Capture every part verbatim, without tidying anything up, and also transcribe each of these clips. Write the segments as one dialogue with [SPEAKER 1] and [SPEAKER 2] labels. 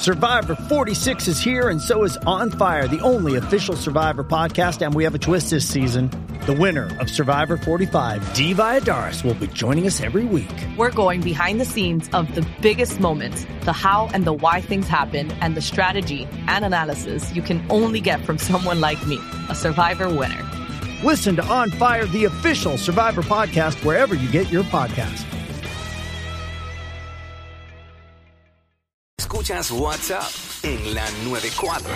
[SPEAKER 1] Survivor forty-six is here, and so is On Fire, the only official Survivor podcast, and we have a twist this season. The winner of Survivor forty-five, Dee Valladares, will be joining us every week.
[SPEAKER 2] We're going behind the scenes of the biggest moments, the how and the why things happen, and the strategy and analysis you can only get from someone like me, a Survivor winner.
[SPEAKER 1] Listen to On Fire, the official Survivor podcast, wherever you get your podcast.
[SPEAKER 3] Escuchas WhatsApp en la noventa y cuatro.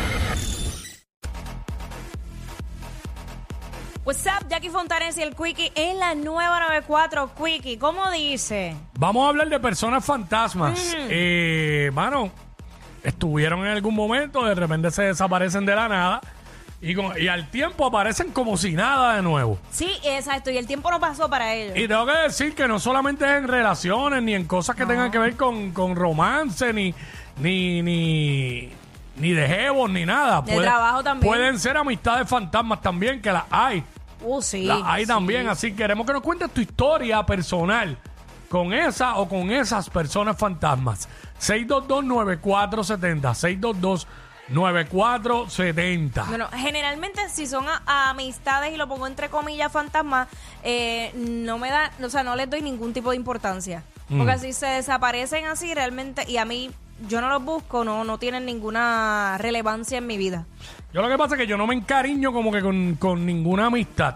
[SPEAKER 4] What's up, Jackie Fontanes y el Quickie en la nueva noventa y cuatro. Quickie, ¿cómo dice?
[SPEAKER 5] Vamos a hablar de personas fantasmas. Mm. Eh, mano, estuvieron en algún momento, de repente se desaparecen de la nada y, con, y al tiempo aparecen como si nada de nuevo.
[SPEAKER 4] Sí, exacto, y el tiempo no pasó para ellos.
[SPEAKER 5] Y tengo que decir que no solamente es en relaciones, ni en cosas que no. tengan que ver con, con romance, ni, ni, ni, ni de jevos, ni nada.
[SPEAKER 4] De Puede, trabajo también.
[SPEAKER 5] Pueden ser amistades fantasmas también, que las hay.
[SPEAKER 4] Uh, sí.
[SPEAKER 5] Las hay
[SPEAKER 4] sí.
[SPEAKER 5] también, así queremos que nos cuentes tu historia personal con esa o con esas personas fantasmas. seis dos dos, nueve cuatro siete cero, seis dos dos, nueve cuatro siete cero.
[SPEAKER 4] Bueno, generalmente si son a, a amistades, y lo pongo entre comillas fantasmas, eh, no me da, o sea, no les doy ningún tipo de importancia. Mm. Porque si se desaparecen así realmente, y a mí yo no los busco, no, no tienen ninguna relevancia en mi vida.
[SPEAKER 5] Yo lo que pasa es que yo no me encariño como que con, con ninguna amistad.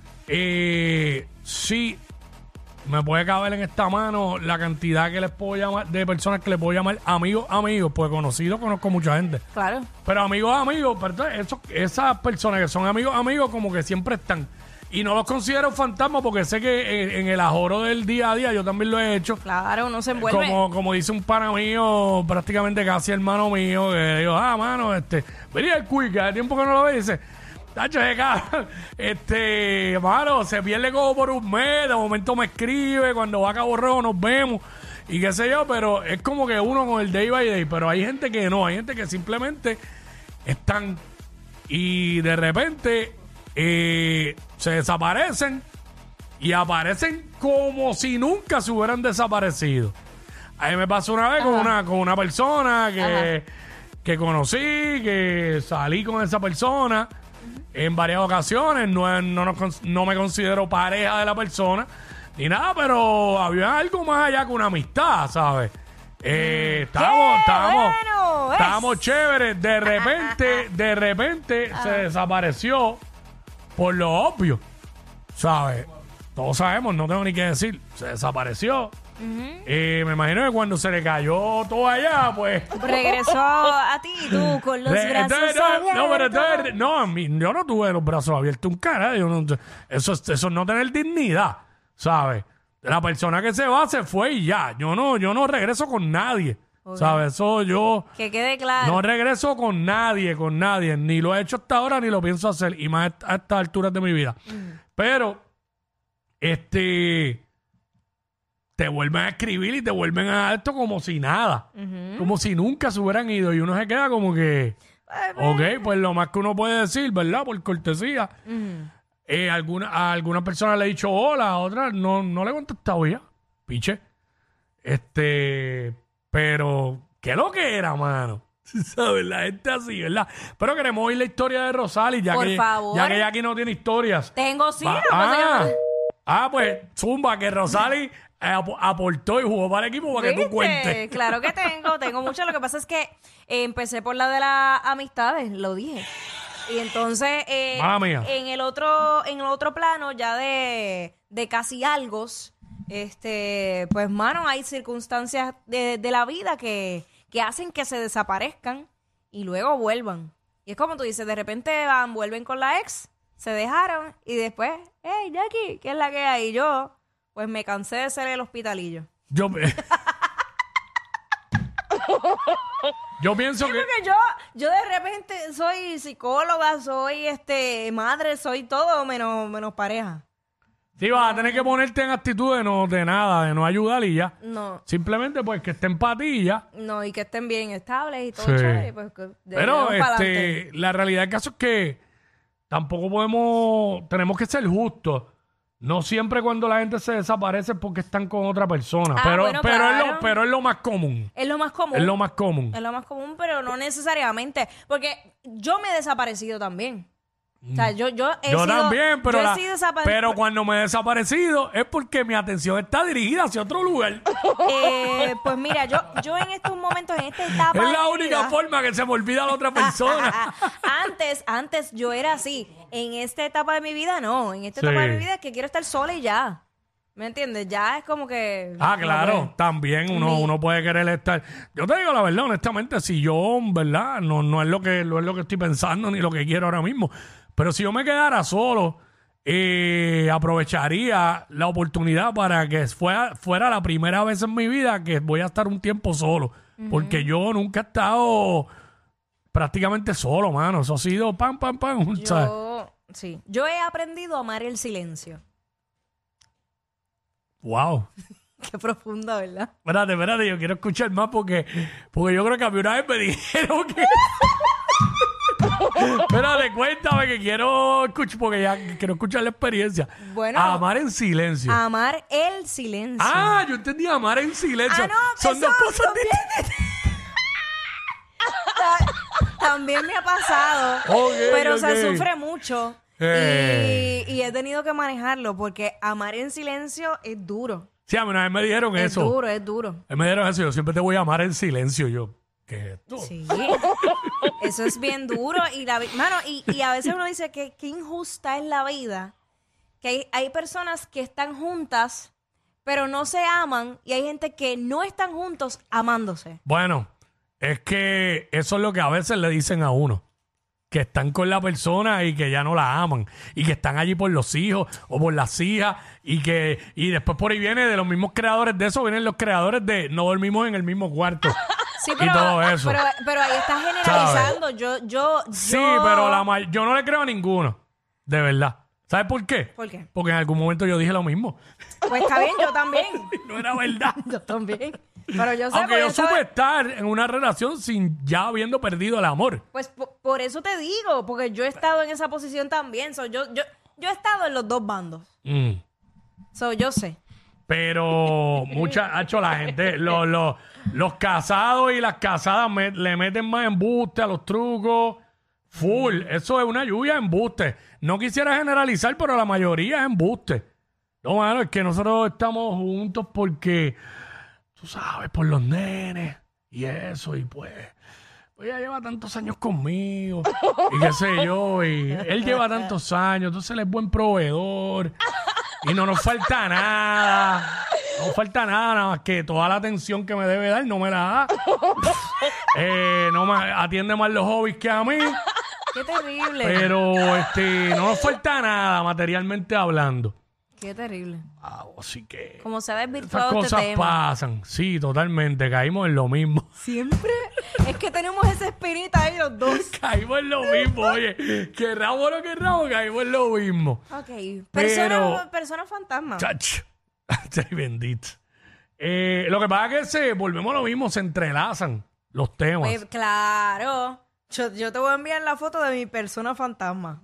[SPEAKER 5] Eh, sí, me puede caber en esta mano la cantidad que les puedo llamar, de personas que les puedo llamar amigos, amigos, pues conocidos conozco mucha gente.
[SPEAKER 4] Claro. Pero
[SPEAKER 5] amigos, amigos, pero eso, esas personas que son amigos, amigos, como que siempre están. Y no los considero fantasmas porque sé que en, en el ajoro del día a día yo también lo he hecho.
[SPEAKER 4] Claro, uno se envuelve.
[SPEAKER 5] Como, como dice un pana mío, prácticamente casi hermano mío, que digo, ah, mano, este, venía el Quick, hace tiempo que no lo ve, dice, tacho de cara, este, mano, se pierde como por un mes, de momento me escribe, cuando va a Cabo Rojo nos vemos, y qué sé yo, pero es como que uno con el day by day, pero hay gente que no, hay gente que simplemente están, y de repente eh, se desaparecen, y aparecen como si nunca se hubieran desaparecido. A mí me pasó una vez con una, con una persona que, que conocí, que salí con esa persona en varias ocasiones. No, no, nos, no me considero pareja de la persona ni nada, pero había algo más allá que una amistad, ¿sabes? Eh, estábamos, estábamos,
[SPEAKER 4] bueno,
[SPEAKER 5] estábamos chéveres. De repente, de repente se desapareció por lo obvio, ¿sabes? Todos sabemos, no tengo ni que decir. Se desapareció. Uh-huh. Eh, me imagino que cuando se le cayó todo allá, pues
[SPEAKER 4] regresó a ti, tú, con los
[SPEAKER 5] Re-
[SPEAKER 4] brazos
[SPEAKER 5] entonces, no,
[SPEAKER 4] abiertos.
[SPEAKER 5] no, pero entonces, no, a mí- yo no tuve los brazos abiertos un cara. Yo no- eso, es- eso es no tener dignidad, ¿sabes? La persona que se va, se fue y ya. Yo no, yo no regreso con nadie, okay. ¿Sabes? Eso yo
[SPEAKER 4] que quede claro.
[SPEAKER 5] no regreso con nadie, con nadie. Ni lo he hecho hasta ahora, ni lo pienso hacer. Y más a estas alturas de mi vida. Mm. Pero, este... te vuelven a escribir y te vuelven a dar esto como si nada. Uh-huh. Como si nunca se hubieran ido. Y uno se queda como que... ok, pues lo más que uno puede decir, ¿verdad? Por cortesía. Uh-huh. Eh, alguna, a alguna persona le he dicho hola, a otra no, no le he contestado ya. Piche. Este... Pero... ¿qué lo que era, mano? ¿Sabes? La gente así, ¿verdad? Pero queremos oír la historia de Rosali, ya
[SPEAKER 4] Por
[SPEAKER 5] que
[SPEAKER 4] favor.
[SPEAKER 5] ya que ella aquí no tiene historias.
[SPEAKER 4] Tengo sí.
[SPEAKER 5] Va,
[SPEAKER 4] No,
[SPEAKER 5] ah,
[SPEAKER 4] pues,
[SPEAKER 5] ah, pues, zumba, que Rosali... Ap- aportó y jugó para el equipo para que tú cuentes.
[SPEAKER 4] Claro que tengo, tengo mucho. Lo que pasa es que eh, empecé por la de las amistades, lo dije. Y entonces, eh, en el otro, en el otro plano, ya de, de casi algo, este, pues, mano, hay circunstancias de, de la vida que, que hacen que se desaparezcan y luego vuelvan. Y es como tú dices, de repente van, vuelven con la ex, se dejaron y después, hey, Jackie, ¿qué es la que hay? Y yo... pues me cansé de ser el hospitalillo.
[SPEAKER 5] Yo, yo pienso
[SPEAKER 4] sí,
[SPEAKER 5] que...
[SPEAKER 4] porque yo, yo de repente soy psicóloga, soy este madre, soy todo menos, menos pareja.
[SPEAKER 5] Sí, vas a tener que ponerte en actitud de no, de nada, de no ayudar y ya.
[SPEAKER 4] No.
[SPEAKER 5] Simplemente pues que estén para ti y ya.
[SPEAKER 4] No, y que estén bien estables y todo
[SPEAKER 5] sí.
[SPEAKER 4] chévere. Pues, de,
[SPEAKER 5] pero este, la realidad del caso es que tampoco podemos, tenemos que ser justos. No siempre cuando la gente se desaparece es porque están con otra persona.
[SPEAKER 4] Ah,
[SPEAKER 5] pero,
[SPEAKER 4] bueno,
[SPEAKER 5] pero,
[SPEAKER 4] claro.
[SPEAKER 5] es lo, pero es lo más común.
[SPEAKER 4] Es lo más común.
[SPEAKER 5] Es lo más común.
[SPEAKER 4] Es lo más común, pero no necesariamente. Porque yo me he desaparecido también. O sea, yo, yo he
[SPEAKER 5] Yo
[SPEAKER 4] sido,
[SPEAKER 5] también, pero,
[SPEAKER 4] yo he
[SPEAKER 5] la-
[SPEAKER 4] sido desapare-
[SPEAKER 5] pero cuando me he desaparecido es porque mi atención está dirigida hacia otro lugar.
[SPEAKER 4] Eh, pues mira, yo, yo en estos momentos, en esta etapa
[SPEAKER 5] Es
[SPEAKER 4] de
[SPEAKER 5] la
[SPEAKER 4] mi
[SPEAKER 5] única
[SPEAKER 4] vida-
[SPEAKER 5] forma que se me olvida la otra persona.
[SPEAKER 4] antes, antes yo era así. En esta etapa de mi vida, no. En esta
[SPEAKER 5] Sí.
[SPEAKER 4] etapa de mi vida es que quiero estar sola y ya. ¿Me entiendes? Ya es como que...
[SPEAKER 5] Ah, claro,
[SPEAKER 4] no, pues,
[SPEAKER 5] también uno,
[SPEAKER 4] Mi-
[SPEAKER 5] uno puede querer estar. Yo te digo la verdad, honestamente, si yo, ¿verdad? No, no es lo que, no es lo que estoy pensando ni lo que quiero ahora mismo. Pero si yo me quedara solo, eh, aprovecharía la oportunidad para que fuera, fuera la primera vez en mi vida que voy a estar un tiempo solo. Porque yo nunca he estado prácticamente solo, mano. Eso ha sido pam, pam, pam. ¿sabes?
[SPEAKER 4] Yo, sí. Yo he aprendido a amar el silencio.
[SPEAKER 5] Wow.
[SPEAKER 4] Qué profundo, ¿verdad?
[SPEAKER 5] Espérate, espérate, yo quiero escuchar más porque, porque yo creo que a mí una vez me dijeron que... Espérate, cuéntame que quiero escuchar, porque ya quiero escuchar la experiencia.
[SPEAKER 4] Bueno.
[SPEAKER 5] Amar en silencio.
[SPEAKER 4] Amar el silencio.
[SPEAKER 5] Ah, yo entendí amar en silencio.
[SPEAKER 4] Ah, no,
[SPEAKER 5] Son
[SPEAKER 4] eso
[SPEAKER 5] dos cosas
[SPEAKER 4] también.
[SPEAKER 5] distintas.
[SPEAKER 4] Ta- También me ha pasado,
[SPEAKER 5] Ok,
[SPEAKER 4] pero
[SPEAKER 5] ok.
[SPEAKER 4] se sufre mucho.
[SPEAKER 5] Eh.
[SPEAKER 4] Y, y he tenido que manejarlo porque amar en silencio es duro.
[SPEAKER 5] Sí, a mí una vez me dijeron
[SPEAKER 4] Es
[SPEAKER 5] eso.
[SPEAKER 4] duro, es duro.
[SPEAKER 5] A mí me dijeron eso, yo siempre te voy a amar en silencio. Yo, ¿qué es esto?
[SPEAKER 4] Sí. Eso es bien duro. Y, la, vi- mano, y, y a veces uno dice que qué injusta es la vida. Que hay, hay personas que están juntas, pero no se aman. Y hay gente que no están juntos amándose.
[SPEAKER 5] Bueno, es que eso es lo que a veces le dicen a uno. Que están con la persona y que ya no la aman. Y que están allí por los hijos o por las hijas. Y que y después por ahí viene de los mismos creadores de eso, vienen los creadores de no dormimos en el mismo cuarto.
[SPEAKER 4] Sí,
[SPEAKER 5] Y todo eso.
[SPEAKER 4] Pero, pero ahí estás generalizando. Yo, yo,
[SPEAKER 5] Sí,
[SPEAKER 4] yo-
[SPEAKER 5] pero la may- yo no le creo a ninguno. De verdad. ¿Sabes por qué?
[SPEAKER 4] ¿Por qué?
[SPEAKER 5] Porque en algún momento yo dije lo mismo.
[SPEAKER 4] Pues está bien, yo también.
[SPEAKER 5] No era verdad.
[SPEAKER 4] Yo también. Pero yo sé,
[SPEAKER 5] Aunque
[SPEAKER 4] porque
[SPEAKER 5] yo
[SPEAKER 4] yo sabe-
[SPEAKER 5] supe estar en una relación sin ya habiendo perdido el amor.
[SPEAKER 4] Pues po- por eso te digo, porque yo he estado en esa posición también. So, yo, yo, yo he estado en los dos bandos.
[SPEAKER 5] Mm.
[SPEAKER 4] So, yo sé.
[SPEAKER 5] Pero mucha, hecho la gente, los, los, los casados y las casadas me- le meten más embuste a los trucos. Full. Eso es una lluvia de embuste. No quisiera generalizar, pero la mayoría es embuste. No, mano, es que nosotros estamos juntos porque, tú sabes, por los nenes y eso, y pues, pues ella lleva tantos años conmigo, y qué sé yo, y él lleva tantos años, entonces él es buen proveedor, y no nos falta nada, no nos falta nada, nada más que toda la atención que me debe dar no me la da. Eh, no me atiende más los hobbies que a mí,
[SPEAKER 4] Qué terrible.
[SPEAKER 5] pero este, no nos falta nada materialmente hablando.
[SPEAKER 4] Qué terrible.
[SPEAKER 5] Ah, así que
[SPEAKER 4] Como se ha
[SPEAKER 5] esas
[SPEAKER 4] desvirtuado este
[SPEAKER 5] cosas
[SPEAKER 4] tema.
[SPEAKER 5] pasan. Sí, totalmente. Caímos en lo mismo.
[SPEAKER 4] Siempre es que tenemos esa espinita ahí los dos.
[SPEAKER 5] Caímos en lo mismo, oye. Querramos o no querramos, caímos en lo mismo.
[SPEAKER 4] Ok.
[SPEAKER 5] Pero-
[SPEAKER 4] Persona, persona fantasma.
[SPEAKER 5] Chach. Ay, bendito. Eh, lo que pasa es que se, volvemos a lo mismo, se entrelazan los temas.
[SPEAKER 4] Pues, claro. Yo, yo te voy a enviar la foto de mi persona fantasma.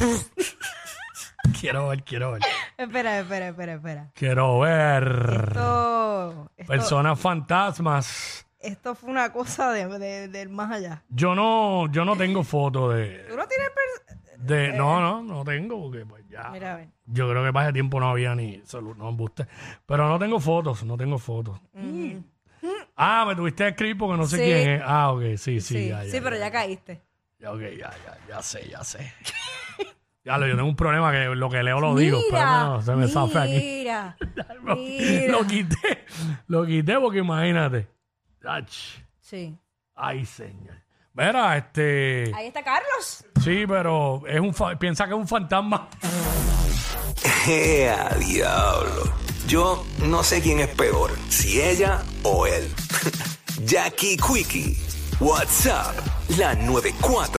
[SPEAKER 5] Quiero ver, quiero ver.
[SPEAKER 4] Espera, espera, espera, espera.
[SPEAKER 5] Quiero ver.
[SPEAKER 4] Esto, esto,
[SPEAKER 5] Personas fantasmas.
[SPEAKER 4] esto fue una cosa de, de- del más allá.
[SPEAKER 5] Yo no, yo no tengo foto de,
[SPEAKER 4] ¿Tú no tienes per-
[SPEAKER 5] de. No, no, no tengo, porque pues ya.
[SPEAKER 4] Mira, a ver.
[SPEAKER 5] Yo creo que para ese tiempo no había ni salud, no embuste. Pero no tengo fotos, no tengo fotos. Ah, me tuviste a escribir porque no sé
[SPEAKER 4] Sí.
[SPEAKER 5] quién es. Ah, ok, sí, sí,
[SPEAKER 4] Sí,
[SPEAKER 5] ya, ya.
[SPEAKER 4] sí, pero ya caíste.
[SPEAKER 5] Ya, ok, ya, ya, ya sé, ya sé. Ya, lo- yo tengo un problema que lo que leo lo digo, pero no, se me zafa aquí.
[SPEAKER 4] Mira,
[SPEAKER 5] Lo,
[SPEAKER 4] mira.
[SPEAKER 5] lo quité, lo quité porque imagínate. Ach,
[SPEAKER 4] Sí.
[SPEAKER 5] ay, señor. Mira, este.
[SPEAKER 4] Ahí está Carlos.
[SPEAKER 5] Sí, pero es un fa- piensa que es un fantasma.
[SPEAKER 3] ¡Ea, diablo! Yo no sé quién es peor, si ella o él. Jackie Quickie, WhatsApp, la noventa y cuatro.